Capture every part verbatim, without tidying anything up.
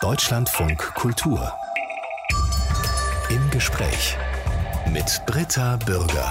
Deutschlandfunk Kultur. Im Gespräch mit Britta Bürger.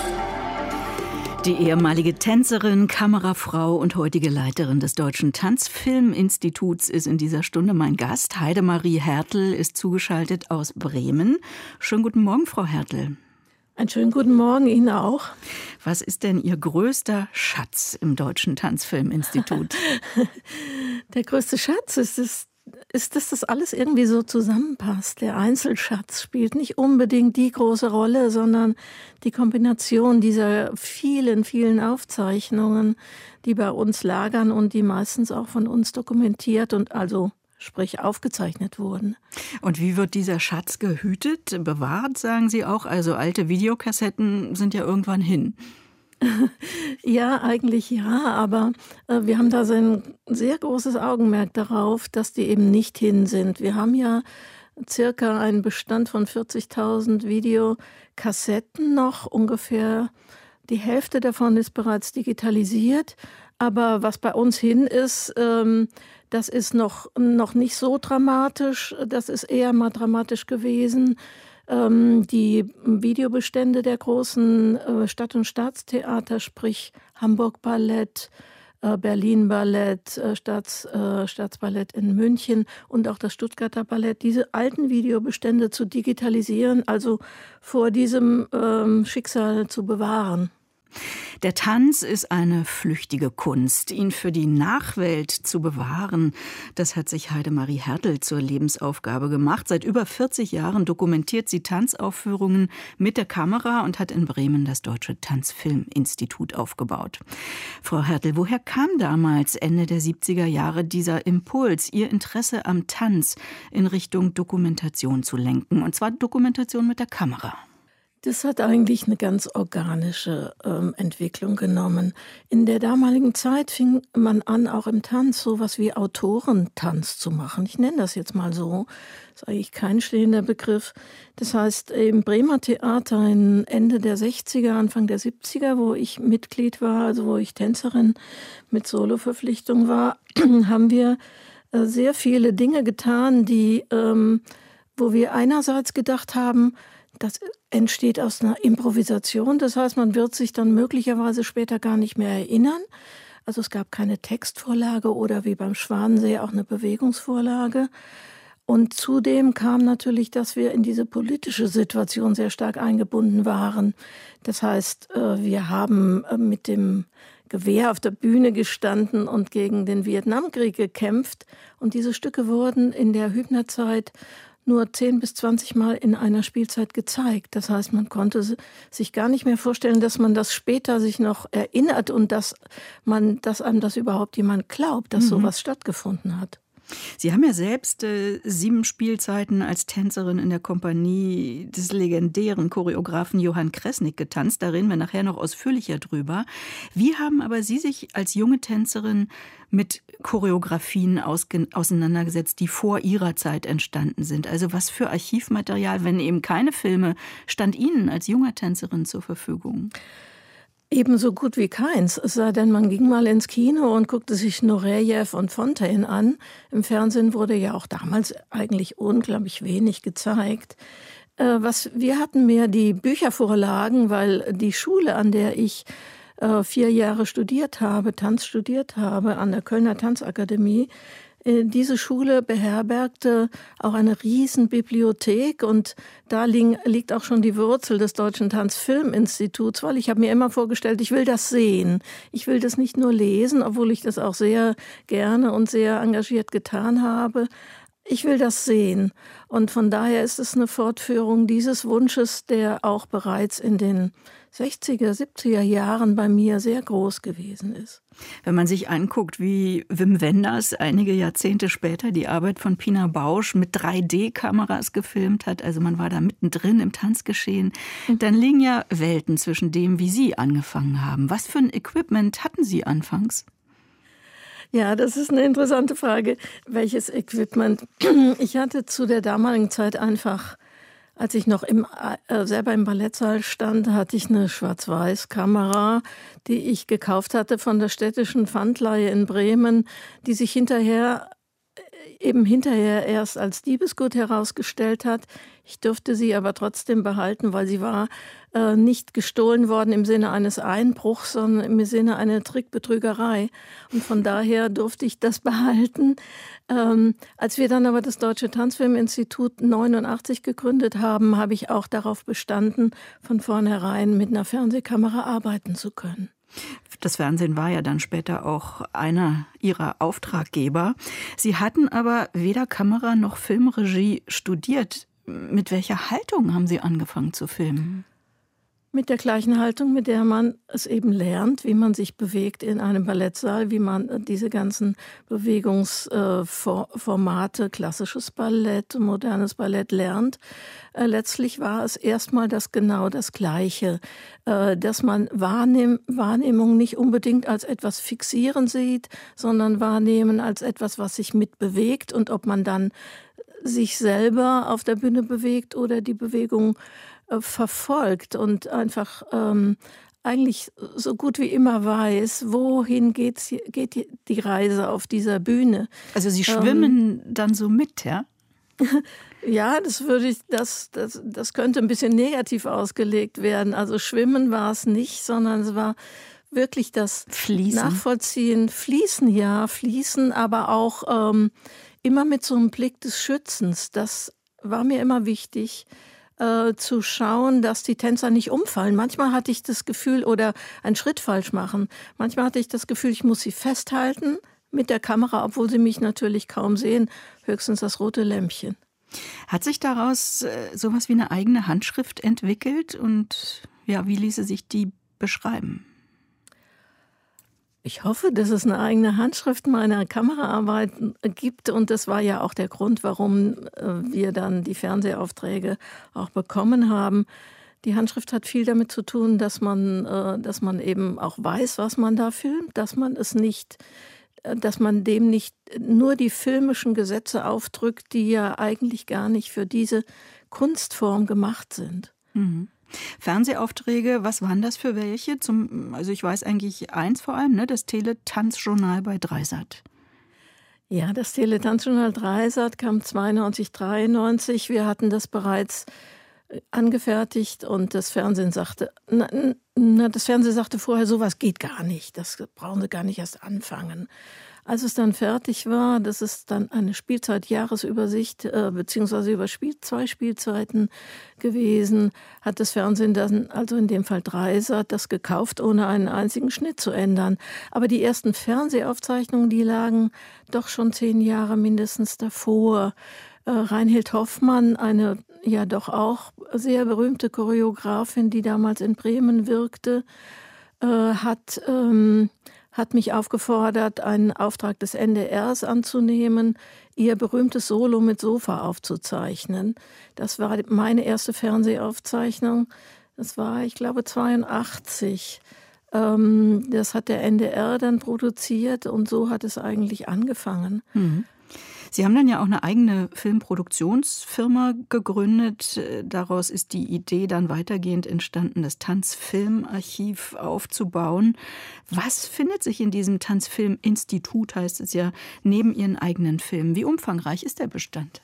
Die ehemalige Tänzerin, Kamerafrau und heutige Leiterin des Deutschen Tanzfilminstituts ist in dieser Stunde mein Gast. Heidemarie Hertel ist zugeschaltet aus Bremen. Schönen guten Morgen, Frau Hertel. Einen schönen guten Morgen Ihnen auch. Was ist denn Ihr größter Schatz im Deutschen Tanzfilminstitut? Der größte Schatz ist es, ist, dass das alles irgendwie so zusammenpasst. Der Einzelschatz spielt nicht unbedingt die große Rolle, sondern die Kombination dieser vielen, vielen Aufzeichnungen, die bei uns lagern und die meistens auch von uns dokumentiert und also sprich aufgezeichnet wurden. Und wie wird dieser Schatz gehütet, bewahrt, sagen Sie auch? Also alte Videokassetten sind ja irgendwann hin. Ja, eigentlich ja, aber äh, wir haben da so ein sehr großes Augenmerk darauf, dass die eben nicht hin sind. Wir haben ja circa einen Bestand von vierzigtausend Videokassetten noch, ungefähr die Hälfte davon ist bereits digitalisiert. Aber was bei uns hin ist, ähm, das ist noch, noch nicht so dramatisch. Das ist eher mal dramatisch gewesen. Ähm, die Videobestände der großen äh, Stadt- und Staatstheater, sprich Hamburg Ballett, äh, Berlin Ballett, äh, Staats, äh, Staatsballett in München und auch das Stuttgarter Ballett, diese alten Videobestände zu digitalisieren, also vor diesem ähm, Schicksal zu bewahren. Der Tanz ist eine flüchtige Kunst. Ihn für die Nachwelt zu bewahren, das hat sich Heidemarie Hertel zur Lebensaufgabe gemacht. Seit über vierzig Jahren dokumentiert sie Tanzaufführungen mit der Kamera und hat in Bremen das Deutsche Tanzfilminstitut aufgebaut. Frau Hertel, woher kam damals, Ende der siebziger Jahre, dieser Impuls, Ihr Interesse am Tanz in Richtung Dokumentation zu lenken? Und zwar Dokumentation mit der Kamera. Das hat eigentlich eine ganz organische ähm, Entwicklung genommen. In der damaligen Zeit fing man an, auch im Tanz sowas wie Autorentanz zu machen. Ich nenne das jetzt mal so. Das ist eigentlich kein stehender Begriff. Das heißt, im Bremer Theater Ende der sechziger, Anfang der siebziger, wo ich Mitglied war, also wo ich Tänzerin mit Soloverpflichtung war, haben wir äh, sehr viele Dinge getan, die, ähm, wo wir einerseits gedacht haben, das entsteht aus einer Improvisation. Das heißt, man wird sich dann möglicherweise später gar nicht mehr erinnern. Also es gab keine Textvorlage oder wie beim Schwanensee auch eine Bewegungsvorlage. Und zudem kam natürlich, dass wir in diese politische Situation sehr stark eingebunden waren. Das heißt, wir haben mit dem Gewehr auf der Bühne gestanden und gegen den Vietnamkrieg gekämpft. Und diese Stücke wurden in der Hübner-Zeit nur zehn bis zwanzig Mal in einer Spielzeit gezeigt. Das heißt, man konnte sich gar nicht mehr vorstellen, dass man das später sich noch erinnert und dass man, dass einem das überhaupt jemand glaubt, dass mhm. sowas stattgefunden hat. Sie haben ja selbst äh, sieben Spielzeiten als Tänzerin in der Kompanie des legendären Choreografen Johann Kresnik getanzt. Da reden wir nachher noch ausführlicher drüber. Wie haben aber Sie sich als junge Tänzerin mit Choreografien ausge- auseinandergesetzt, die vor Ihrer Zeit entstanden sind? Also was für Archivmaterial, wenn eben keine Filme, stand Ihnen als junger Tänzerin zur Verfügung? Ebenso gut wie keins, es sei denn, man ging mal ins Kino und guckte sich Nureyev und Fontaine an. Im Fernsehen wurde ja auch damals eigentlich unglaublich wenig gezeigt. Äh, was, wir hatten mehr die Büchervorlagen, weil die Schule, an der ich äh, vier Jahre studiert habe, Tanz studiert habe, an der Kölner Tanzakademie, diese Schule beherbergte auch eine Riesenbibliothek und da liegt auch schon die Wurzel des Deutschen Tanzfilminstituts, weil ich habe mir immer vorgestellt, ich will das sehen. Ich will das nicht nur lesen, obwohl ich das auch sehr gerne und sehr engagiert getan habe. Ich will das sehen. Und von daher ist es eine Fortführung dieses Wunsches, der auch bereits in den sechziger, siebziger Jahren bei mir sehr groß gewesen ist. Wenn man sich anguckt, wie Wim Wenders einige Jahrzehnte später die Arbeit von Pina Bausch mit drei D Kameras gefilmt hat, also man war da mittendrin im Tanzgeschehen, dann liegen ja Welten zwischen dem, wie Sie angefangen haben. Was für ein Equipment hatten Sie anfangs? Ja, das ist eine interessante Frage. Welches Equipment? Ich hatte zu der damaligen Zeit einfach, als ich noch im, äh, selber im Ballettsaal stand, hatte ich eine Schwarz-Weiß-Kamera, die ich gekauft hatte von der städtischen Pfandleihe in Bremen, die sich hinterher eben hinterher erst als Diebesgut herausgestellt hat. Ich durfte sie aber trotzdem behalten, weil sie war äh, nicht gestohlen worden im Sinne eines Einbruchs, sondern im Sinne einer Trickbetrügerei. Und von daher durfte ich das behalten. Ähm, als wir dann aber das Deutsche Tanzfilminstitut neunundachtzig gegründet haben, habe ich auch darauf bestanden, von vornherein mit einer Fernsehkamera arbeiten zu können. Das Fernsehen war ja dann später auch einer Ihrer Auftraggeber. Sie hatten aber weder Kamera noch Filmregie studiert. Mit welcher Haltung haben Sie angefangen zu filmen? Mit der gleichen Haltung, mit der man es eben lernt, wie man sich bewegt in einem Ballettsaal, wie man diese ganzen Bewegungsformate, klassisches Ballett, modernes Ballett lernt. Letztlich war es erstmal das genau das Gleiche, dass man Wahrnehm, Wahrnehmung nicht unbedingt als etwas fixieren sieht, sondern Wahrnehmen als etwas, was sich mitbewegt, und ob man dann sich selber auf der Bühne bewegt oder die Bewegung verfolgt und einfach ähm, eigentlich so gut wie immer weiß, wohin geht's, geht die, die Reise auf dieser Bühne. Also Sie schwimmen ähm, dann so mit, ja? Ja, das würde ich, das, das, das könnte ein bisschen negativ ausgelegt werden. Also Schwimmen war es nicht, sondern es war wirklich das Fließen. Nachvollziehen, Fließen, ja, Fließen, aber auch ähm, immer mit so einem Blick des Schützens. Das war mir immer wichtig. Äh, zu schauen, dass die Tänzer nicht umfallen. Manchmal hatte ich das Gefühl, oder einen Schritt falsch machen. Manchmal hatte ich das Gefühl, ich muss sie festhalten mit der Kamera, obwohl sie mich natürlich kaum sehen, höchstens das rote Lämpchen. Hat sich daraus äh, sowas wie eine eigene Handschrift entwickelt, und ja, wie ließe sich die beschreiben? Ich hoffe, dass es eine eigene Handschrift meiner Kameraarbeit gibt, und das war ja auch der Grund, warum wir dann die Fernsehaufträge auch bekommen haben. Die Handschrift hat viel damit zu tun, dass man, dass man eben auch weiß, was man da filmt, dass man es nicht, dass man dem nicht nur die filmischen Gesetze aufdrückt, die ja eigentlich gar nicht für diese Kunstform gemacht sind. Mhm. Fernsehaufträge, was waren das für welche? Zum, also ich weiß eigentlich eins vor allem, ne, das Tele-Tanzjournal bei Dreisat. Ja, das Tele-Tanzjournal Dreisat kam zweiundneunzig, dreiundneunzig. Wir hatten das bereits angefertigt, und das Fernsehen sagte, na, na, das Fernsehen sagte vorher, sowas geht gar nicht, das brauchen Sie gar nicht erst anfangen. Als es dann fertig war, das ist dann eine Spielzeitjahresübersicht äh, beziehungsweise über Spiel, zwei Spielzeiten gewesen, hat das Fernsehen dann, also in dem Fall Dreisat, das gekauft, ohne einen einzigen Schnitt zu ändern. Aber die ersten Fernsehaufzeichnungen, die lagen doch schon zehn Jahre mindestens davor. Äh, Reinhild Hoffmann, eine ja doch auch sehr berühmte Choreografin, die damals in Bremen wirkte, äh, hat... Ähm, hat mich aufgefordert, einen Auftrag des N D Rs anzunehmen, ihr berühmtes Solo mit Sofa aufzuzeichnen. Das war meine erste Fernsehaufzeichnung. Das war, ich glaube, zweiundachtzig. Ähm, das hat der N D R dann produziert, und so hat es eigentlich angefangen. Mhm. Sie haben dann ja auch eine eigene Filmproduktionsfirma gegründet. Daraus ist die Idee dann weitergehend entstanden, das Tanzfilmarchiv aufzubauen. Was findet sich in diesem Tanzfilminstitut, heißt es ja, neben Ihren eigenen Filmen? Wie umfangreich ist der Bestand?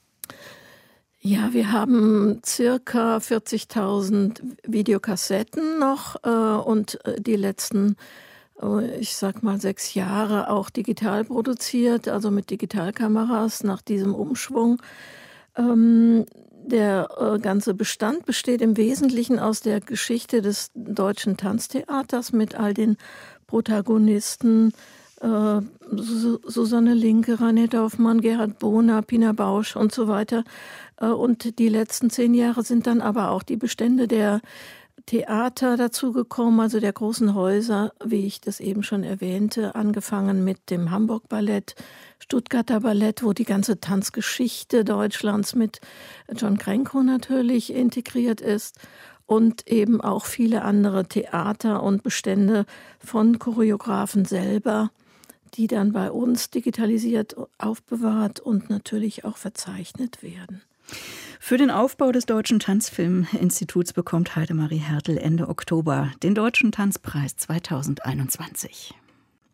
Ja, wir haben circa vierzigtausend Videokassetten noch äh, und die letzten ich sag mal, sechs Jahre auch digital produziert, also mit Digitalkameras nach diesem Umschwung. Ähm, der äh, ganze Bestand besteht im Wesentlichen aus der Geschichte des deutschen Tanztheaters mit all den Protagonisten, äh, Susanne Linke, Rainer Dorfmann, Gerhard Bohner, Pina Bausch und so weiter. Äh, und die letzten zehn Jahre sind dann aber auch die Bestände der Theater dazugekommen, also der großen Häuser, wie ich das eben schon erwähnte, angefangen mit dem Hamburg Ballett, Stuttgarter Ballett, wo die ganze Tanzgeschichte Deutschlands mit John Crenco natürlich integriert ist, und eben auch viele andere Theater und Bestände von Choreografen selber, die dann bei uns digitalisiert, aufbewahrt und natürlich auch verzeichnet werden. Für den Aufbau des Deutschen Tanzfilminstituts bekommt Heidemarie Hertel Ende Oktober den Deutschen Tanzpreis zweitausendeinundzwanzig.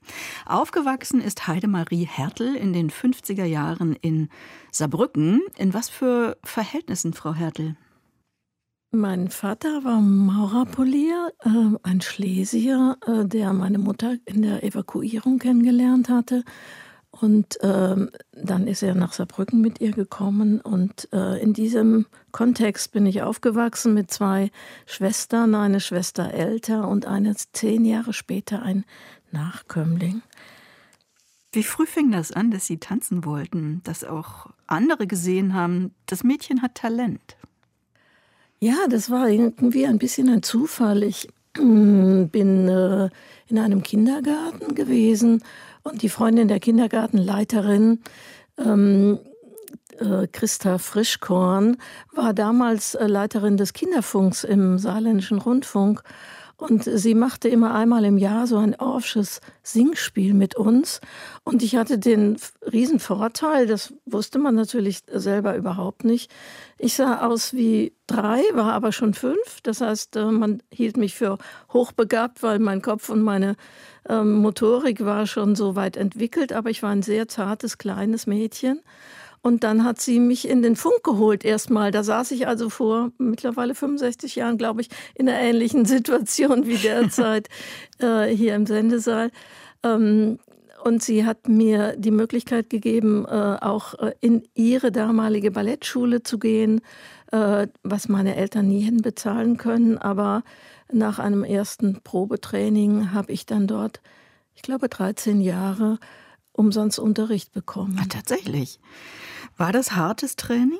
Aufgewachsen ist Heidemarie Hertel in den fünfziger Jahren in Saarbrücken. In was für Verhältnissen, Frau Hertel? Mein Vater war Maurerpolier, äh, ein Schlesier, äh, der meine Mutter in der Evakuierung kennengelernt hatte. Und ähm, dann ist er nach Saarbrücken mit ihr gekommen. Und äh, in diesem Kontext bin ich aufgewachsen mit zwei Schwestern, eine Schwester älter und eine zehn Jahre später ein Nachkömmling. Wie früh fing das an, dass Sie tanzen wollten, dass auch andere gesehen haben, das Mädchen hat Talent? Ja, das war irgendwie ein bisschen ein Zufall. Ich bin äh, in einem Kindergarten gewesen und die Freundin der Kindergartenleiterin, ähm, äh, Christa Frischkorn, war damals äh, Leiterin des Kinderfunks im Saarländischen Rundfunk. Und sie machte immer einmal im Jahr so ein Orffsches Singspiel mit uns. Und ich hatte den riesen Vorteil, das wusste man natürlich selber überhaupt nicht. Ich sah aus wie drei, war aber schon fünf. Das heißt, man hielt mich für hochbegabt, weil mein Kopf und meine ähm, Motorik war schon so weit entwickelt. Aber ich war ein sehr zartes, kleines Mädchen. Und dann hat sie mich in den Funk geholt erstmal. Da saß ich also vor mittlerweile fünfundsechzig Jahren, glaube ich, in einer ähnlichen Situation wie derzeit äh, hier im Sendesaal. Ähm, und sie hat mir die Möglichkeit gegeben, äh, auch äh, in ihre damalige Ballettschule zu gehen, äh, was meine Eltern nie hätten bezahlen können. Aber nach einem ersten Probetraining habe ich dann dort, ich glaube, dreizehn Jahre umsonst Unterricht bekommen. Ach, tatsächlich. War das hartes Training?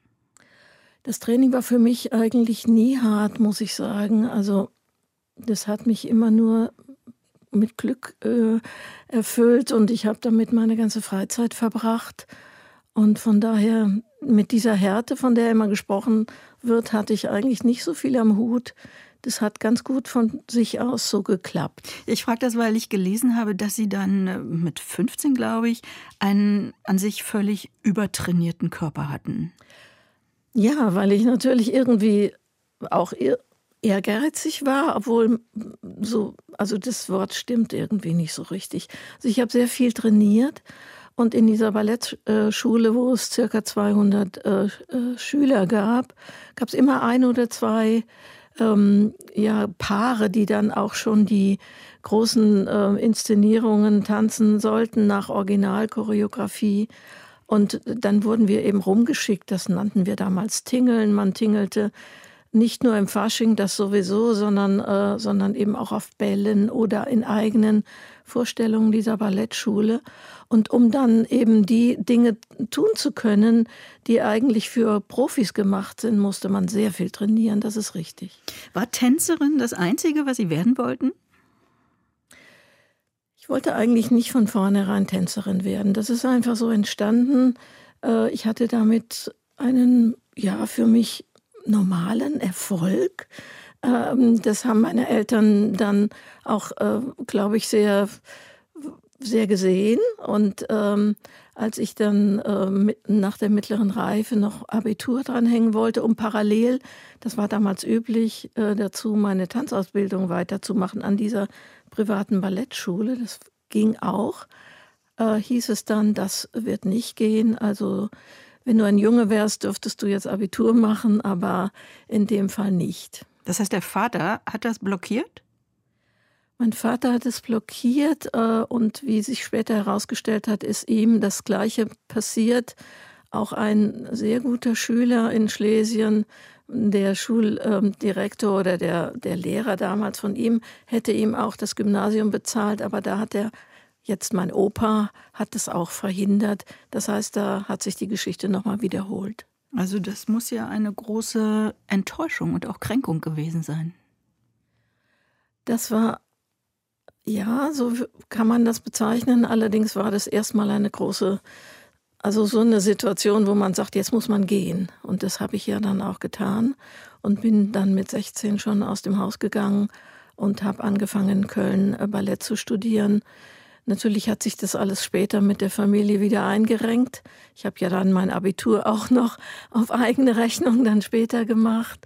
Das Training war für mich eigentlich nie hart, muss ich sagen. Also das hat mich immer nur mit Glück äh, erfüllt und ich habe damit meine ganze Freizeit verbracht. Und von daher mit dieser Härte, von der immer gesprochen wird, hatte ich eigentlich nicht so viel am Hut. Das hat ganz gut von sich aus so geklappt. Ich frage das, weil ich gelesen habe, dass Sie dann mit fünfzehn, glaube ich, einen an sich völlig übertrainierten Körper hatten. Ja, weil ich natürlich irgendwie auch ehrgeizig war, obwohl so, also das Wort stimmt irgendwie nicht so richtig. Also ich habe sehr viel trainiert und in dieser Ballettschule, wo es circa zweihundert äh, Schüler gab, gab es immer ein oder zwei Ähm, ja, Paare, die dann auch schon die großen äh, Inszenierungen tanzen sollten nach Originalchoreografie. Und dann wurden wir eben rumgeschickt, das nannten wir damals Tingeln. Man tingelte nicht nur im Fasching, das sowieso, sondern, äh, sondern eben auch auf Bällen oder in eigenen Vorstellungen dieser Ballettschule. Und um dann eben die Dinge tun zu können, die eigentlich für Profis gemacht sind, musste man sehr viel trainieren, das ist richtig. War Tänzerin das Einzige, was Sie werden wollten? Ich wollte eigentlich nicht von vornherein Tänzerin werden. Das ist einfach so entstanden. Ich hatte damit einen, ja, für mich normalen Erfolg. Das haben meine Eltern dann auch, glaube ich, sehr, sehr gesehen. Und ähm, als ich dann äh, nach der mittleren Reife noch Abitur dranhängen wollte, um parallel, das war damals üblich, äh, dazu meine Tanzausbildung weiterzumachen an dieser privaten Ballettschule, das ging auch, äh, hieß es dann, das wird nicht gehen. Also wenn du ein Junge wärst, dürftest du jetzt Abitur machen, aber in dem Fall nicht. Das heißt, der Vater hat das blockiert? Mein Vater hat es blockiert äh, und wie sich später herausgestellt hat, ist ihm das Gleiche passiert. Auch ein sehr guter Schüler in Schlesien, der Schuldirektor ähm, oder der, der Lehrer damals von ihm, hätte ihm auch das Gymnasium bezahlt, aber da hat er, jetzt mein Opa, hat es auch verhindert. Das heißt, da hat sich die Geschichte nochmal wiederholt. Also das muss ja eine große Enttäuschung und auch Kränkung gewesen sein. Das war, ja, so kann man das bezeichnen. Allerdings war das erstmal eine große, also so eine Situation, wo man sagt, jetzt muss man gehen. Und das habe ich ja dann auch getan und bin dann mit sechzehn schon aus dem Haus gegangen und habe angefangen, in Köln Ballett zu studieren. Natürlich hat sich das alles später mit der Familie wieder eingerenkt. Ich habe ja dann mein Abitur auch noch auf eigene Rechnung dann später gemacht.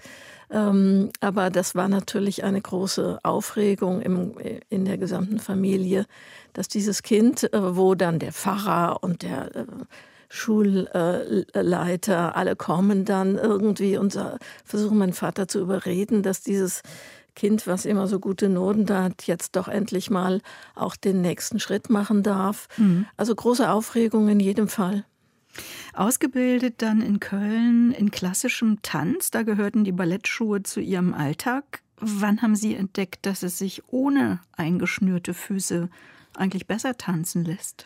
Ähm, aber das war natürlich eine große Aufregung im, in der gesamten Familie, dass dieses Kind, äh, wo dann der Pfarrer und der äh, Schulleiter, alle kommen dann irgendwie und versuchen meinen Vater zu überreden, dass dieses Kind, was immer so gute Noten da hat, jetzt doch endlich mal auch den nächsten Schritt machen darf. Mhm. Also große Aufregung in jedem Fall. Ausgebildet dann in Köln in klassischem Tanz, da gehörten die Ballettschuhe zu Ihrem Alltag. Wann haben Sie entdeckt, dass es sich ohne eingeschnürte Füße eigentlich besser tanzen lässt?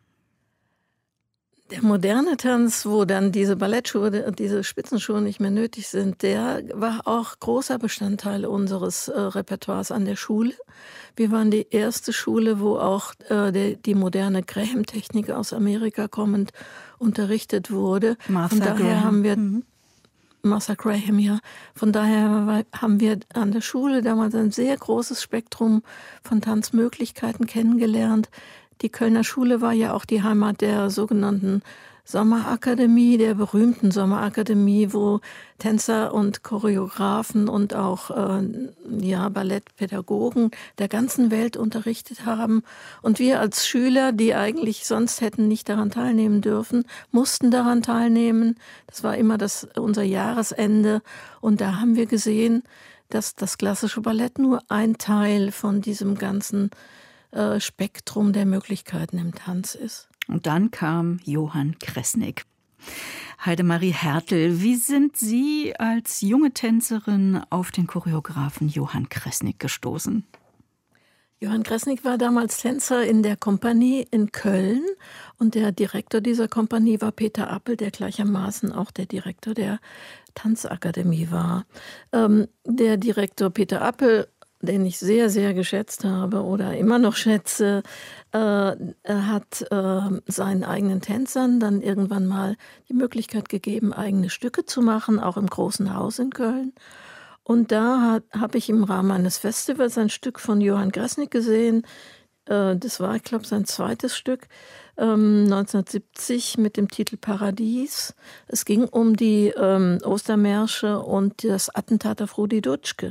Der moderne Tanz, wo dann diese Ballettschuhe, diese Spitzenschuhe nicht mehr nötig sind, der war auch großer Bestandteil unseres äh, Repertoires an der Schule. Wir waren die erste Schule, wo auch äh, die, die moderne Graham-Technik aus Amerika kommend unterrichtet wurde. Martha Von daher Graham. haben wir Mhm. Martha Graham, ja. Von daher haben wir an der Schule damals ein sehr großes Spektrum von Tanzmöglichkeiten kennengelernt. Die Kölner Schule war ja auch die Heimat der sogenannten Sommerakademie, der berühmten Sommerakademie, wo Tänzer und Choreografen und auch äh, ja, Ballettpädagogen der ganzen Welt unterrichtet haben. Und wir als Schüler, die eigentlich sonst hätten nicht daran teilnehmen dürfen, mussten daran teilnehmen. Das war immer das, unser Jahresende. Und da haben wir gesehen, dass das klassische Ballett nur ein Teil von diesem ganzen Spektrum der Möglichkeiten im Tanz ist. Und dann kam Johann Kresnik. Heidemarie Hertel, wie sind Sie als junge Tänzerin auf den Choreografen Johann Kresnik gestoßen? Johann Kresnik war damals Tänzer in der Kompanie in Köln und der Direktor dieser Kompanie war Peter Appel, der gleichermaßen auch der Direktor der Tanzakademie war. Ähm, der Direktor Peter Appel, den ich sehr, sehr geschätzt habe oder immer noch schätze, äh, hat äh, seinen eigenen Tänzern dann irgendwann mal die Möglichkeit gegeben, eigene Stücke zu machen, auch im Großen Haus in Köln. Und da habe ich im Rahmen eines Festivals ein Stück von Johann Kresnik gesehen. Äh, das war, ich glaube, sein zweites Stück, ähm, neunzehnhundertsiebzig mit dem Titel Paradies. Es ging um die ähm, Ostermärsche und das Attentat auf Rudi Dutschke.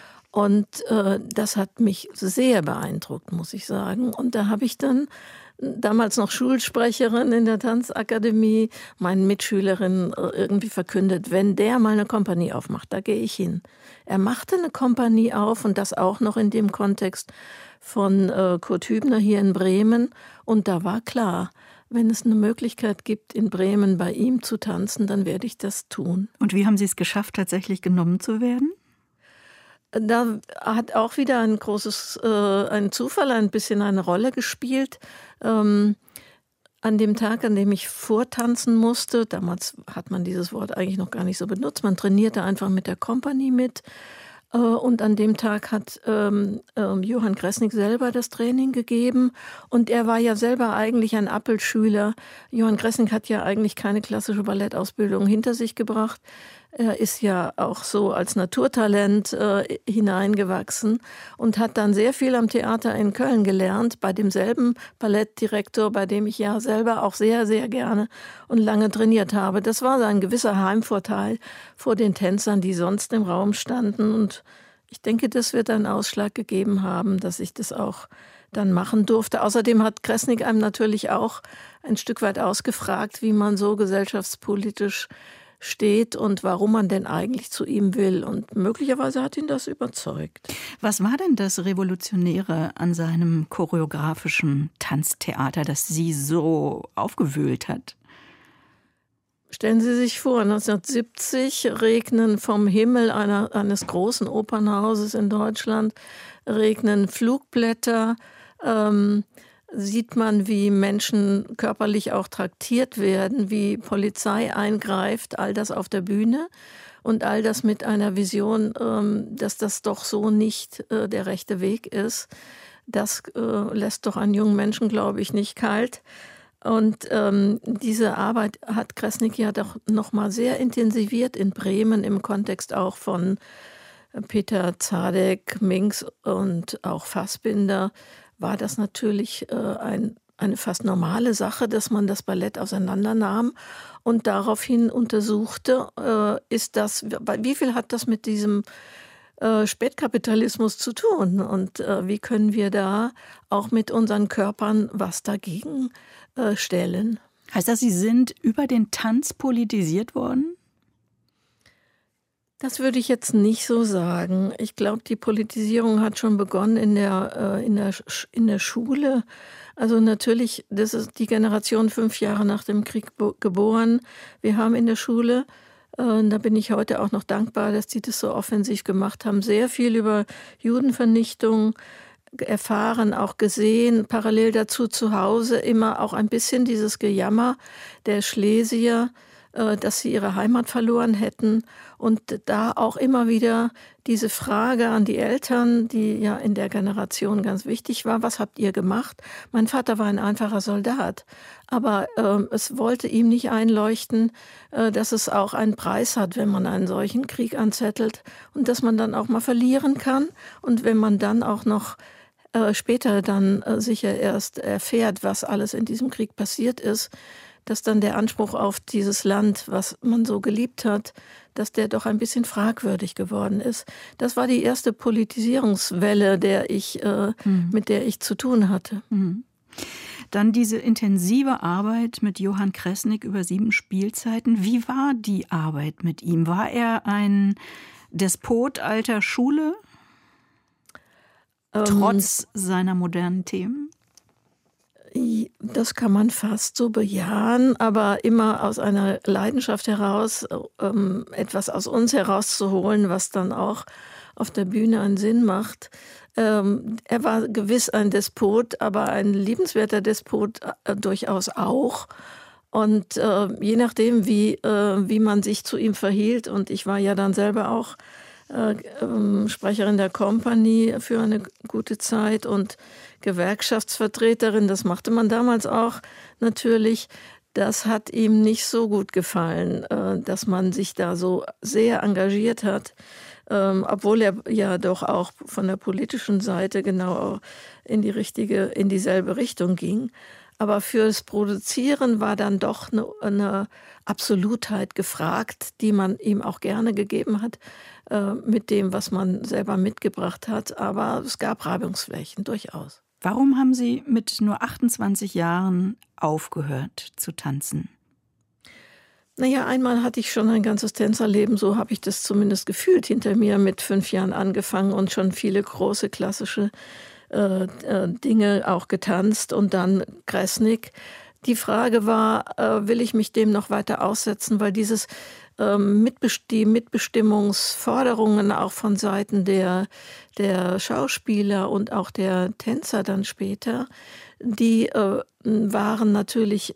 Und äh, das hat mich sehr beeindruckt, muss ich sagen. Und da habe ich dann, damals noch Schulsprecherin in der Tanzakademie, meinen Mitschülerinnen irgendwie verkündet, wenn der mal eine Kompanie aufmacht, da gehe ich hin. Er machte eine Kompanie auf und das auch noch in dem Kontext von äh, Kurt Hübner hier in Bremen. Und da war klar, wenn es eine Möglichkeit gibt, in Bremen bei ihm zu tanzen, dann werde ich das tun. Und wie haben Sie es geschafft, tatsächlich genommen zu werden? Da hat auch wieder ein großes, äh, ein Zufall ein bisschen eine Rolle gespielt. Ähm, an dem Tag, an dem ich vortanzen musste, damals hat man dieses Wort eigentlich noch gar nicht so benutzt, man trainierte einfach mit der Kompanie mit. Äh, und an dem Tag hat ähm, äh, Johann Kresnik selber das Training gegeben. Und er war ja selber eigentlich ein Appelschüler. Johann Kresnik hat ja eigentlich keine klassische Ballettausbildung hinter sich gebracht. Er ist ja auch so als Naturtalent äh, hineingewachsen und hat dann sehr viel am Theater in Köln gelernt, bei demselben Ballettdirektor, bei dem ich ja selber auch sehr, sehr gerne und lange trainiert habe. Das war ein gewisser Heimvorteil vor den Tänzern, die sonst im Raum standen. Und ich denke, das wird einen Ausschlag gegeben haben, dass ich das auch dann machen durfte. Außerdem hat Kresnik einem natürlich auch ein Stück weit ausgefragt, wie man so gesellschaftspolitisch steht und warum man denn eigentlich zu ihm will. Und möglicherweise hat ihn das überzeugt. Was war denn das Revolutionäre an seinem choreografischen Tanztheater, das Sie so aufgewühlt hat? Stellen Sie sich vor, neunzehnhundertsiebzig regnen vom Himmel einer, eines großen Opernhauses in Deutschland, regnen Flugblätter, ähm, sieht man, wie Menschen körperlich auch traktiert werden, wie Polizei eingreift, all das auf der Bühne und all das mit einer Vision, dass das doch so nicht der rechte Weg ist. Das lässt doch einen jungen Menschen, glaube ich, nicht kalt. Und ähm, diese Arbeit hat Kresnik ja doch noch mal sehr intensiviert in Bremen im Kontext auch von Peter Zadek, Minks und auch Fassbinder. War das natürlich äh, ein, eine fast normale Sache, dass man das Ballett auseinandernahm und daraufhin untersuchte, äh, ist das, wie viel hat das mit diesem äh, Spätkapitalismus zu tun und äh, wie können wir da auch mit unseren Körpern was dagegen äh, stellen. Heißt das, Sie sind über den Tanz politisiert worden? Das würde ich jetzt nicht so sagen. Ich glaube, die Politisierung hat schon begonnen in der, äh, in der, in der Schule. Also natürlich, das ist die Generation fünf Jahre nach dem Krieg geboren. Wir haben in der Schule, äh, da bin ich heute auch noch dankbar, dass die das so offensiv gemacht haben, sehr viel über Judenvernichtung erfahren, auch gesehen, parallel dazu zu Hause immer auch ein bisschen dieses Gejammer der Schlesier, dass sie ihre Heimat verloren hätten und da auch immer wieder diese Frage an die Eltern, die ja in der Generation ganz wichtig war, was habt ihr gemacht? Mein Vater war ein einfacher Soldat, aber äh, es wollte ihm nicht einleuchten, äh, dass es auch einen Preis hat, wenn man einen solchen Krieg anzettelt und dass man dann auch mal verlieren kann und wenn man dann auch noch äh, später dann äh, sicher erst erfährt, was alles in diesem Krieg passiert ist, dass dann der Anspruch auf dieses Land, was man so geliebt hat, dass der doch ein bisschen fragwürdig geworden ist. Das war die erste Politisierungswelle, der ich, äh, mhm. mit der ich zu tun hatte. Mhm. Dann diese intensive Arbeit mit Johann Kresnik über sieben Spielzeiten. Wie war die Arbeit mit ihm? War er ein Despot alter Schule, ähm, trotz seiner modernen Themen? Das kann man fast so bejahen, aber immer aus einer Leidenschaft heraus, ähm, etwas aus uns herauszuholen, was dann auch auf der Bühne einen Sinn macht. Ähm, er war gewiss ein Despot, aber ein liebenswerter Despot äh, durchaus auch. Und äh, je nachdem, wie, äh, wie man sich zu ihm verhielt, und ich war ja dann selber auch äh, äh, Sprecherin der Kompanie für eine gute Zeit und Gewerkschaftsvertreterin, das machte man damals auch natürlich. Das hat ihm nicht so gut gefallen, dass man sich da so sehr engagiert hat, obwohl er ja doch auch von der politischen Seite genau in die richtige, in dieselbe Richtung ging. Aber fürs Produzieren war dann doch eine, eine Absolutheit gefragt, die man ihm auch gerne gegeben hat, mit dem, was man selber mitgebracht hat. Aber es gab Reibungsflächen, durchaus. Warum haben Sie mit nur achtundzwanzig Jahren aufgehört zu tanzen? Naja, einmal hatte ich schon ein ganzes Tänzerleben, so habe ich das zumindest gefühlt, hinter mir mit fünf Jahren angefangen und schon viele große klassische äh, äh, Dinge auch getanzt und dann Kresnik. Die Frage war, äh, will ich mich dem noch weiter aussetzen, weil dieses die Mitbestimmungsforderungen auch von Seiten der, der Schauspieler und auch der Tänzer dann später, die äh, waren natürlich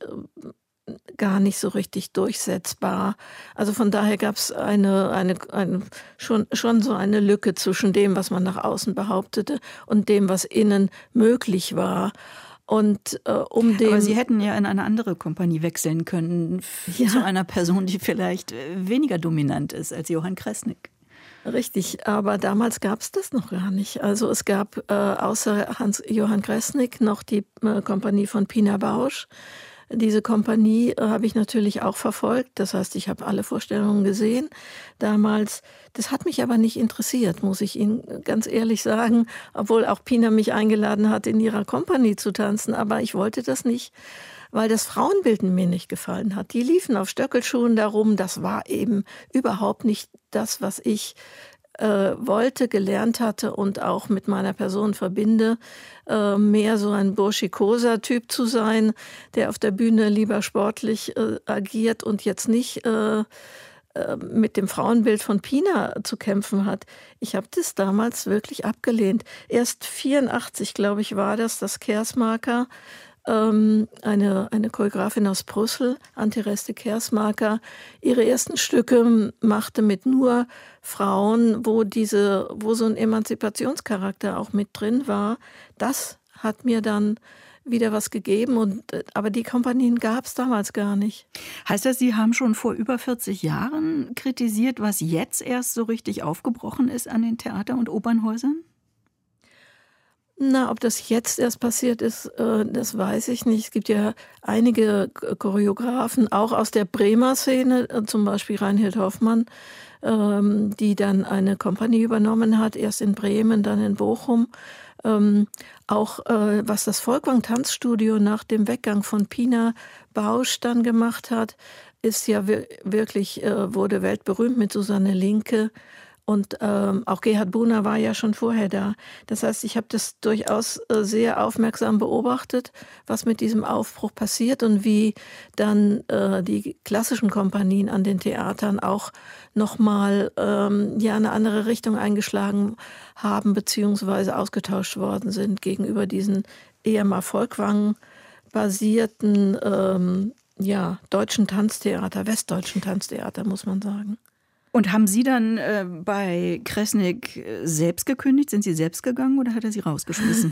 gar nicht so richtig durchsetzbar. Also von daher gab es eine, eine, eine, schon, schon so eine Lücke zwischen dem, was man nach außen behauptete und dem, was innen möglich war. Und, äh, um den Aber Sie hätten ja in eine andere Kompanie wechseln können, ja. zu einer Person, die vielleicht weniger dominant ist als Johann Kresnik. Richtig, aber damals gab es das noch gar nicht. Also es gab äh, außer Hans Johann Kresnik noch die äh, Kompanie von Pina Bausch. Diese Kompanie äh, habe ich natürlich auch verfolgt. Das heißt, ich habe alle Vorstellungen gesehen damals. Das hat mich aber nicht interessiert, muss ich Ihnen ganz ehrlich sagen. Obwohl auch Pina mich eingeladen hat, in ihrer Kompanie zu tanzen. Aber ich wollte das nicht, weil das Frauenbild mir nicht gefallen hat. Die liefen auf Stöckelschuhen darum. Das war eben überhaupt nicht das, was ich äh, wollte, gelernt hatte und auch mit meiner Person verbinde. Äh, mehr so ein burschikoser Typ zu sein, der auf der Bühne lieber sportlich äh, agiert und jetzt nicht äh, mit dem Frauenbild von Pina zu kämpfen hat. Ich habe das damals wirklich abgelehnt. Erst vierundachtzig, glaube ich, war das, das Kersmaker, ähm, eine, eine Choreografin aus Brüssel, Antireste Kersmaker, ihre ersten Stücke machte mit nur Frauen, wo, diese, wo so ein Emanzipationscharakter auch mit drin war. Das hat mir dann wieder was gegeben, und, aber die Kompanien gab es damals gar nicht. Heißt das, Sie haben schon vor über vierzig Jahren kritisiert, was jetzt erst so richtig aufgebrochen ist an den Theater- und Opernhäusern? Na, ob das jetzt erst passiert ist, äh, das weiß ich nicht. Es gibt ja einige Choreografen, auch aus der Bremer Szene, äh, zum Beispiel Reinhild Hoffmann, ähm, die dann eine Kompanie übernommen hat, erst in Bremen, dann in Bochum. Ähm, auch äh, was das Folkwang Tanzstudio nach dem Weggang von Pina Bausch dann gemacht hat, ist ja wir- wirklich, äh, wurde weltberühmt mit Susanne Linke. Und ähm, auch Gerhard Buhner war ja schon vorher da. Das heißt, ich habe das durchaus äh, sehr aufmerksam beobachtet, was mit diesem Aufbruch passiert und wie dann äh, die klassischen Kompanien an den Theatern auch nochmal ähm, ja, eine andere Richtung eingeschlagen haben, beziehungsweise ausgetauscht worden sind gegenüber diesen eher mal Folkwang-basierten ähm, ja, deutschen Tanztheater, westdeutschen Tanztheater, muss man sagen. Und haben Sie dann äh, bei Kresnik äh, selbst gekündigt? Sind Sie selbst gegangen oder hat er Sie rausgeschmissen?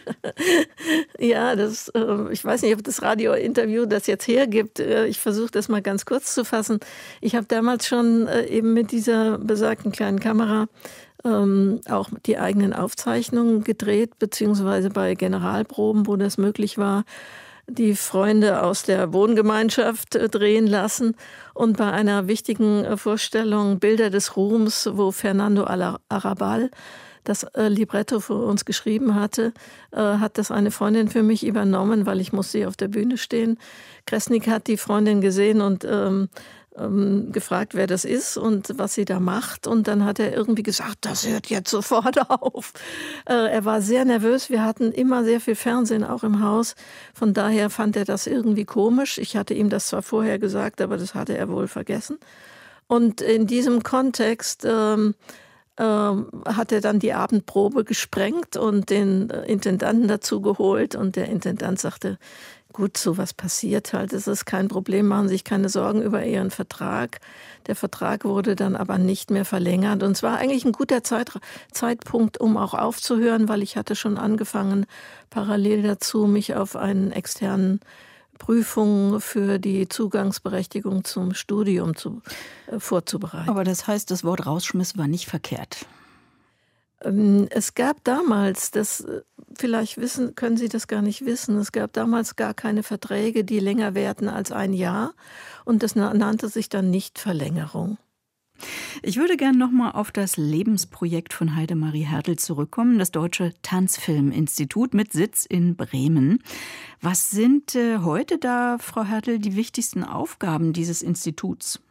Ja, das, äh, ich weiß nicht, ob das Radiointerview das jetzt hergibt. Äh, ich versuche das mal ganz kurz zu fassen. Ich habe damals schon äh, eben mit dieser besagten kleinen Kamera ähm, auch die eigenen Aufzeichnungen gedreht, beziehungsweise bei Generalproben, wo das möglich war, die Freunde aus der Wohngemeinschaft äh, drehen lassen. Und bei einer wichtigen äh, Vorstellung Bilder des Ruhms, wo Fernando Arrabal das äh, Libretto für uns geschrieben hatte, äh, hat das eine Freundin für mich übernommen, weil ich musste auf der Bühne stehen. Kresnik hat die Freundin gesehen und ähm, ähm, gefragt, wer das ist und was sie da macht. Und dann hat er irgendwie gesagt, das hört jetzt sofort auf. Äh, er war sehr nervös. Wir hatten immer sehr viel Fernsehen auch im Haus. Von daher fand er das irgendwie komisch. Ich hatte ihm das zwar vorher gesagt, aber das hatte er wohl vergessen. Und in diesem Kontext ähm, ähm, hat er dann die Abendprobe gesprengt und den äh, Intendanten dazu geholt. Und der Intendant sagte, gut, sowas passiert halt, das ist kein Problem, machen Sie sich keine Sorgen über Ihren Vertrag. Der Vertrag wurde dann aber nicht mehr verlängert und es war eigentlich ein guter Zeit, Zeitpunkt, um auch aufzuhören, weil ich hatte schon angefangen, parallel dazu mich auf einen externen Prüfung für die Zugangsberechtigung zum Studium zu, äh, vorzubereiten. Aber das heißt, das Wort Rausschmiss war nicht verkehrt. Es gab damals, das vielleicht wissen, können Sie das gar nicht wissen, es gab damals gar keine Verträge, die länger währten als ein Jahr und das nannte sich dann Nichtverlängerung. Ich würde gerne noch mal auf das Lebensprojekt von Heidemarie Hertel zurückkommen, das Deutsche Tanzfilminstitut mit Sitz in Bremen. Was sind äh, heute da, Frau Hertel, die wichtigsten Aufgaben dieses Instituts?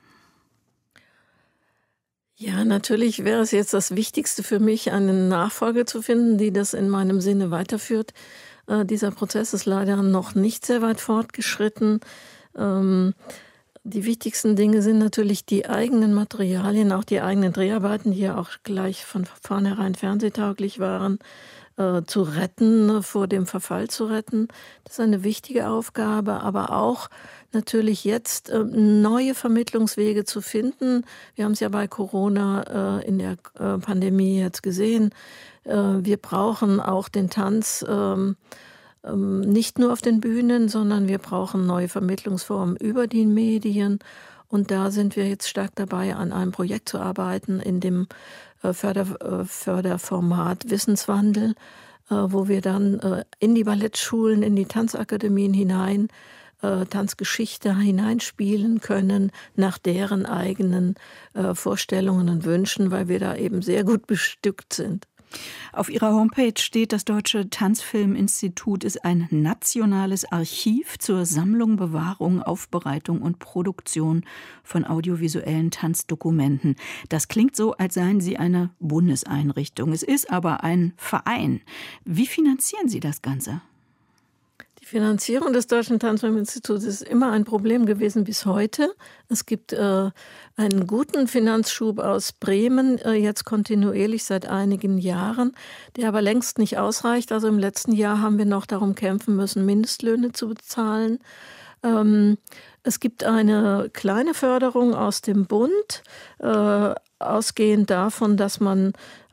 Ja, natürlich wäre es jetzt das Wichtigste für mich, eine Nachfolge zu finden, die das in meinem Sinne weiterführt. Äh, dieser Prozess ist leider noch nicht sehr weit fortgeschritten. Ähm, die wichtigsten Dinge sind natürlich die eigenen Materialien, auch die eigenen Dreharbeiten, die ja auch gleich von vornherein fernsehtauglich waren, äh, zu retten, vor dem Verfall zu retten. Das ist eine wichtige Aufgabe, aber auch natürlich jetzt äh, neue Vermittlungswege zu finden. Wir haben es ja bei Corona äh, in der äh, Pandemie jetzt gesehen. Äh, wir brauchen auch den Tanz ähm, ähm, nicht nur auf den Bühnen, sondern wir brauchen neue Vermittlungsformen über die Medien. Und da sind wir jetzt stark dabei, an einem Projekt zu arbeiten, in dem äh, Förder, äh, Förderformat Wissenswandel, äh, wo wir dann äh, in die Ballettschulen, in die Tanzakademien hinein Äh, Tanzgeschichte hineinspielen können, nach deren eigenen äh, Vorstellungen und Wünschen, weil wir da eben sehr gut bestückt sind. Auf Ihrer Homepage steht, das Deutsche Tanzfilminstitut ist ein nationales Archiv zur Sammlung, Bewahrung, Aufbereitung und Produktion von audiovisuellen Tanzdokumenten. Das klingt so, als seien Sie eine Bundeseinrichtung. Es ist aber ein Verein. Wie finanzieren Sie das Ganze? Die Finanzierung des Deutschen Tanzfilminstituts ist immer ein Problem gewesen bis heute. Es gibt äh, einen guten Finanzschub aus Bremen, äh, jetzt kontinuierlich seit einigen Jahren, der aber längst nicht ausreicht. Also im letzten Jahr haben wir noch darum kämpfen müssen, Mindestlöhne zu bezahlen. Ähm, es gibt eine kleine Förderung aus dem Bund, äh, ausgehend davon, dass man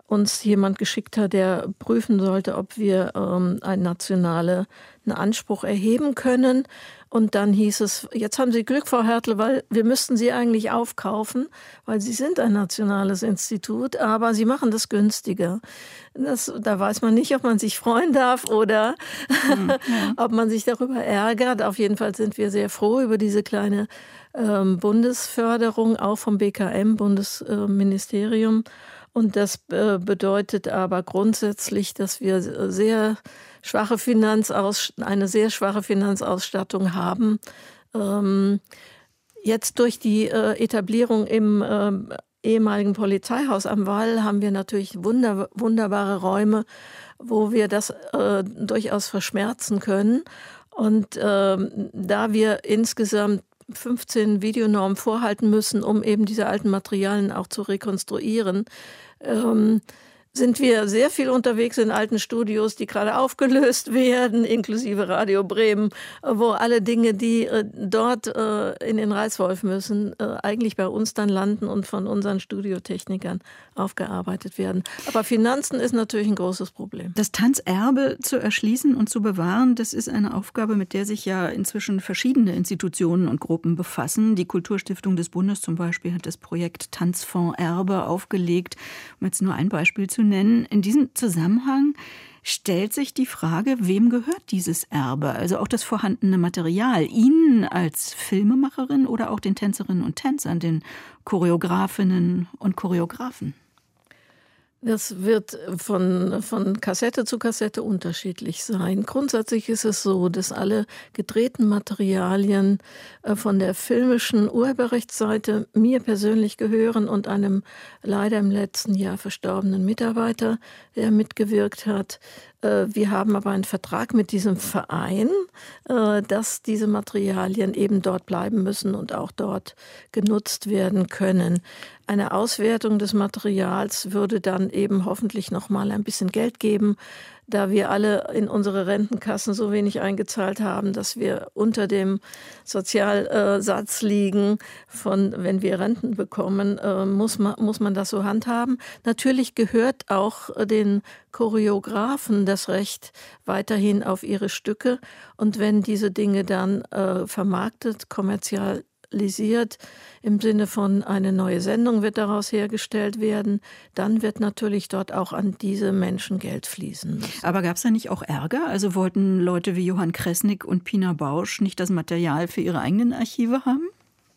uns jemand geschickt hat, der prüfen sollte, ob wir ähm, einen nationalen Anspruch erheben können. Und dann hieß es, jetzt haben Sie Glück, Frau Hertel, weil wir müssten Sie eigentlich aufkaufen, weil Sie sind ein nationales Institut, aber Sie machen das günstiger. Das, da weiß man nicht, ob man sich freuen darf oder mhm, ja. ob man sich darüber ärgert. Auf jeden Fall sind wir sehr froh über diese kleine ähm, Bundesförderung, auch vom B K M, Bundesministerium. Und das äh, bedeutet aber grundsätzlich, dass wir sehr schwache Finanzaus- eine sehr schwache Finanzausstattung haben. Ähm, jetzt durch die äh, Etablierung im äh, ehemaligen Polizeihaus am Wall haben wir natürlich wunder- wunderbare Räume, wo wir das äh, durchaus verschmerzen können. Und äh, da wir insgesamt fünfzehn Videonormen vorhalten müssen, um eben diese alten Materialien auch zu rekonstruieren, ähm, sind wir sehr viel unterwegs in alten Studios, die gerade aufgelöst werden, inklusive Radio Bremen, wo alle Dinge, die äh, dort äh, in den Reißwolf müssen, äh, eigentlich bei uns dann landen und von unseren Studiotechnikern aufgearbeitet werden. Aber Finanzen ist natürlich ein großes Problem. Das Tanzerbe zu erschließen und zu bewahren, das ist eine Aufgabe, mit der sich ja inzwischen verschiedene Institutionen und Gruppen befassen. Die Kulturstiftung des Bundes zum Beispiel hat das Projekt Tanzfonds Erbe aufgelegt, um jetzt nur ein Beispiel zu nennen. In diesem Zusammenhang stellt sich die Frage, wem gehört dieses Erbe? Also auch das vorhandene Material. Ihnen als Filmemacherin oder auch den Tänzerinnen und Tänzern, den Choreografinnen und Choreografen? Das wird von, von Kassette zu Kassette unterschiedlich sein. Grundsätzlich ist es so, dass alle gedrehten Materialien äh, von der filmischen Urheberrechtsseite mir persönlich gehören und einem leider im letzten Jahr verstorbenen Mitarbeiter, der mitgewirkt hat. Äh, wir haben aber einen Vertrag mit diesem Verein, äh, dass diese Materialien eben dort bleiben müssen und auch dort genutzt werden können. Eine Auswertung des Materials würde dann eben hoffentlich noch mal ein bisschen Geld geben, da wir alle in unsere Rentenkassen so wenig eingezahlt haben, dass wir unter dem Sozialsatz liegen, von wenn wir Renten bekommen, muss man, muss man das so handhaben. Natürlich gehört auch den Choreografen das Recht weiterhin auf ihre Stücke. Und wenn diese Dinge dann äh, vermarktet, kommerzial im Sinne von eine neue Sendung wird daraus hergestellt werden, dann wird natürlich dort auch an diese Menschen Geld fließen müssen. Aber gab es da nicht auch Ärger? Also wollten Leute wie Johann Kressnig und Pina Bausch nicht das Material für ihre eigenen Archive haben?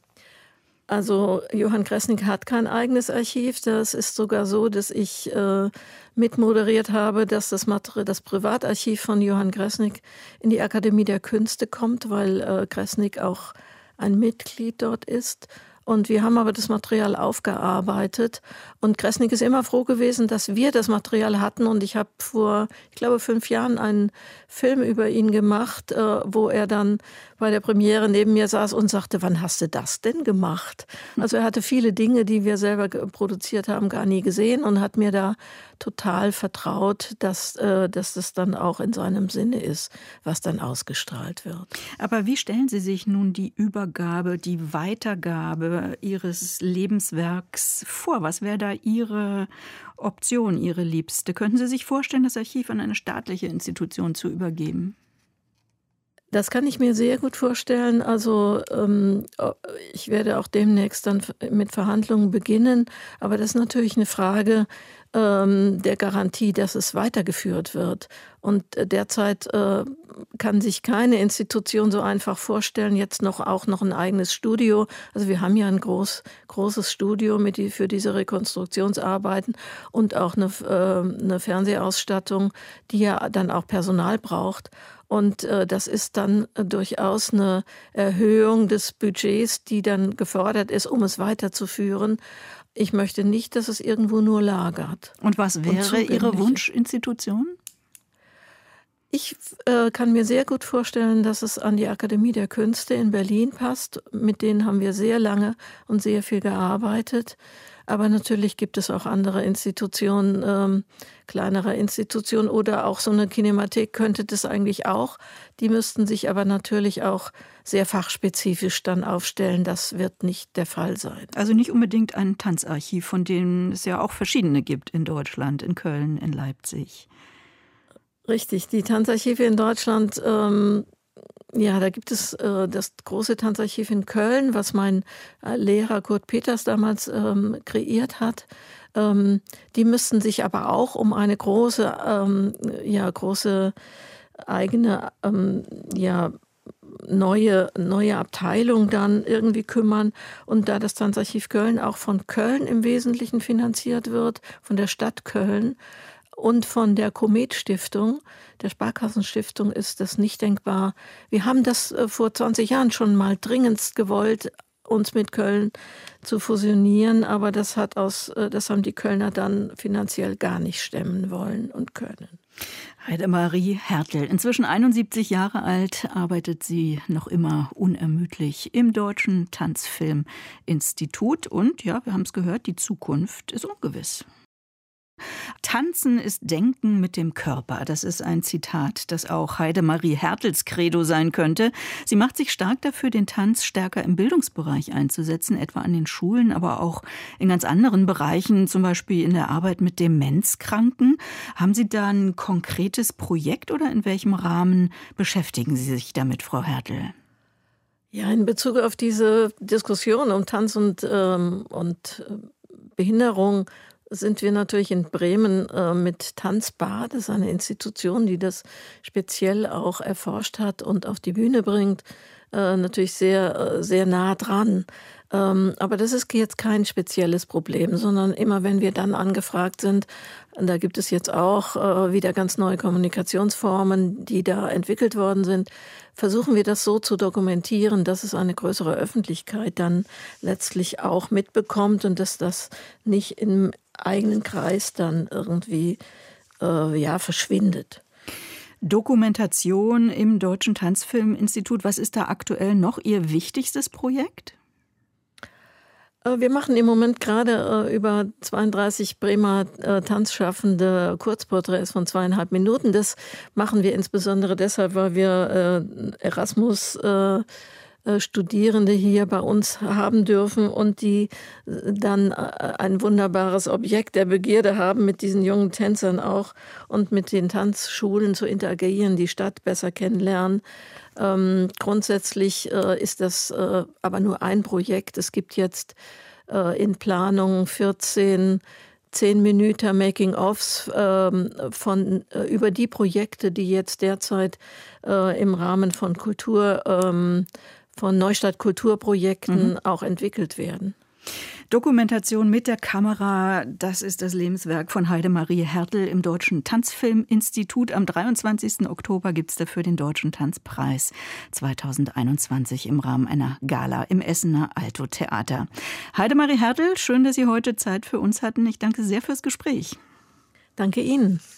Also Johann Kressnig hat kein eigenes Archiv. Das ist sogar so, dass ich äh, mitmoderiert habe, dass das, Material, das Privatarchiv von Johann Kressnig in die Akademie der Künste kommt, weil äh, Kressnig auch ein Mitglied dort ist. Und wir haben aber das Material aufgearbeitet. Und Kressnig ist immer froh gewesen, dass wir das Material hatten. Und ich habe vor, ich glaube, fünf Jahren einen Film über ihn gemacht, äh, wo er dann bei der Premiere neben mir saß und sagte, wann hast du das denn gemacht? Also er hatte viele Dinge, die wir selber produziert haben, gar nie gesehen und hat mir da total vertraut, dass, äh, dass das dann auch in seinem Sinne ist, was dann ausgestrahlt wird. Aber wie stellen Sie sich nun die Übergabe, die Weitergabe Ihres Lebenswerks vor? Was wäre da Ihre Option, Ihre liebste? Könnten Sie sich vorstellen, das Archiv an eine staatliche Institution zu übergeben? Das kann ich mir sehr gut vorstellen. Also ähm, ich werde auch demnächst dann mit Verhandlungen beginnen. Aber das ist natürlich eine Frage ähm, der Garantie, dass es weitergeführt wird. Und derzeit äh, kann sich keine Institution so einfach vorstellen, jetzt noch auch noch ein eigenes Studio. Also wir haben ja ein groß, großes Studio mit die, für diese Rekonstruktionsarbeiten und auch eine, äh, eine Fernsehausstattung, die ja dann auch Personal braucht. Und äh, das ist dann äh, durchaus eine Erhöhung des Budgets, die dann gefordert ist, um es weiterzuführen. Ich möchte nicht, dass es irgendwo nur lagert. Und was wäre und Ihre Wunschinstitution? Ich äh, kann mir sehr gut vorstellen, dass es an die Akademie der Künste in Berlin passt. Mit denen haben wir sehr lange und sehr viel gearbeitet. Aber natürlich gibt es auch andere Institutionen, ähm, kleinere Institutionen oder auch so eine Kinemathek könnte das eigentlich auch. Die müssten sich aber natürlich auch sehr fachspezifisch dann aufstellen. Das wird nicht der Fall sein. Also nicht unbedingt ein Tanzarchiv, von dem es ja auch verschiedene gibt in Deutschland, in Köln, in Leipzig. Richtig, die Tanzarchive in Deutschland, ähm, ja, da gibt es äh, das große Tanzarchiv in Köln, was mein äh, Lehrer Kurt Peters damals ähm, kreiert hat. Ähm, die müssten sich aber auch um eine große, ähm, ja, große eigene, ähm, ja, neue, neue Abteilung dann irgendwie kümmern. Und da das Tanzarchiv Köln auch von Köln im Wesentlichen finanziert wird, von der Stadt Köln, und von der Komet-Stiftung, der Sparkassenstiftung, ist das nicht denkbar. Wir haben das vor zwanzig Jahren schon mal dringendst gewollt, uns mit Köln zu fusionieren, aber das hat aus, das haben die Kölner dann finanziell gar nicht stemmen wollen und können. Heidemarie Hertel, inzwischen einundsiebzig Jahre alt, arbeitet sie noch immer unermüdlich im Deutschen Tanzfilminstitut. Und ja, wir haben es gehört, die Zukunft ist ungewiss. Tanzen ist Denken mit dem Körper. Das ist ein Zitat, das auch Heidemarie Hertels Credo sein könnte. Sie macht sich stark dafür, den Tanz stärker im Bildungsbereich einzusetzen, etwa an den Schulen, aber auch in ganz anderen Bereichen, zum Beispiel in der Arbeit mit Demenzkranken. Haben Sie da ein konkretes Projekt oder in welchem Rahmen beschäftigen Sie sich damit, Frau Hertel? Ja, in Bezug auf diese Diskussion um Tanz und, ähm, und Behinderung sind wir natürlich in Bremen äh, mit Tanzbar. Das ist eine Institution, die das speziell auch erforscht hat und auf die Bühne bringt. Äh, natürlich sehr, äh, sehr nah dran. Ähm, aber das ist jetzt kein spezielles Problem, sondern immer wenn wir dann angefragt sind, da gibt es jetzt auch äh, wieder ganz neue Kommunikationsformen, die da entwickelt worden sind, versuchen wir das so zu dokumentieren, dass es eine größere Öffentlichkeit dann letztlich auch mitbekommt und dass das nicht im eigenen Kreis dann irgendwie äh, ja, verschwindet. Dokumentation im Deutschen Tanzfilminstitut. Was ist da aktuell noch Ihr wichtigstes Projekt? Wir machen im Moment gerade äh, über zweiunddreißig Bremer äh, Tanzschaffende Kurzporträts von zweieinhalb Minuten. Das machen wir insbesondere deshalb, weil wir äh, Erasmus äh, Studierende hier bei uns haben dürfen und die dann ein wunderbares Objekt der Begierde haben, mit diesen jungen Tänzern auch und mit den Tanzschulen zu interagieren, die Stadt besser kennenlernen. Ähm, grundsätzlich äh, ist das äh, aber nur ein Projekt. Es gibt jetzt äh, in Planung vierzehn zehn Minuten Making-ofs ähm, von äh, über die Projekte, die jetzt derzeit äh, im Rahmen von Kultur ähm, von Neustadt Kulturprojekten mhm. auch entwickelt werden. Dokumentation mit der Kamera, das ist das Lebenswerk von Heidemarie Hertel im Deutschen Tanzfilminstitut. Am dreiundzwanzigsten Oktober gibt es dafür den Deutschen Tanzpreis zweitausendeinundzwanzig im Rahmen einer Gala im Essener Alto Theater. Heidemarie Hertel, schön, dass Sie heute Zeit für uns hatten. Ich danke sehr fürs Gespräch. Danke Ihnen.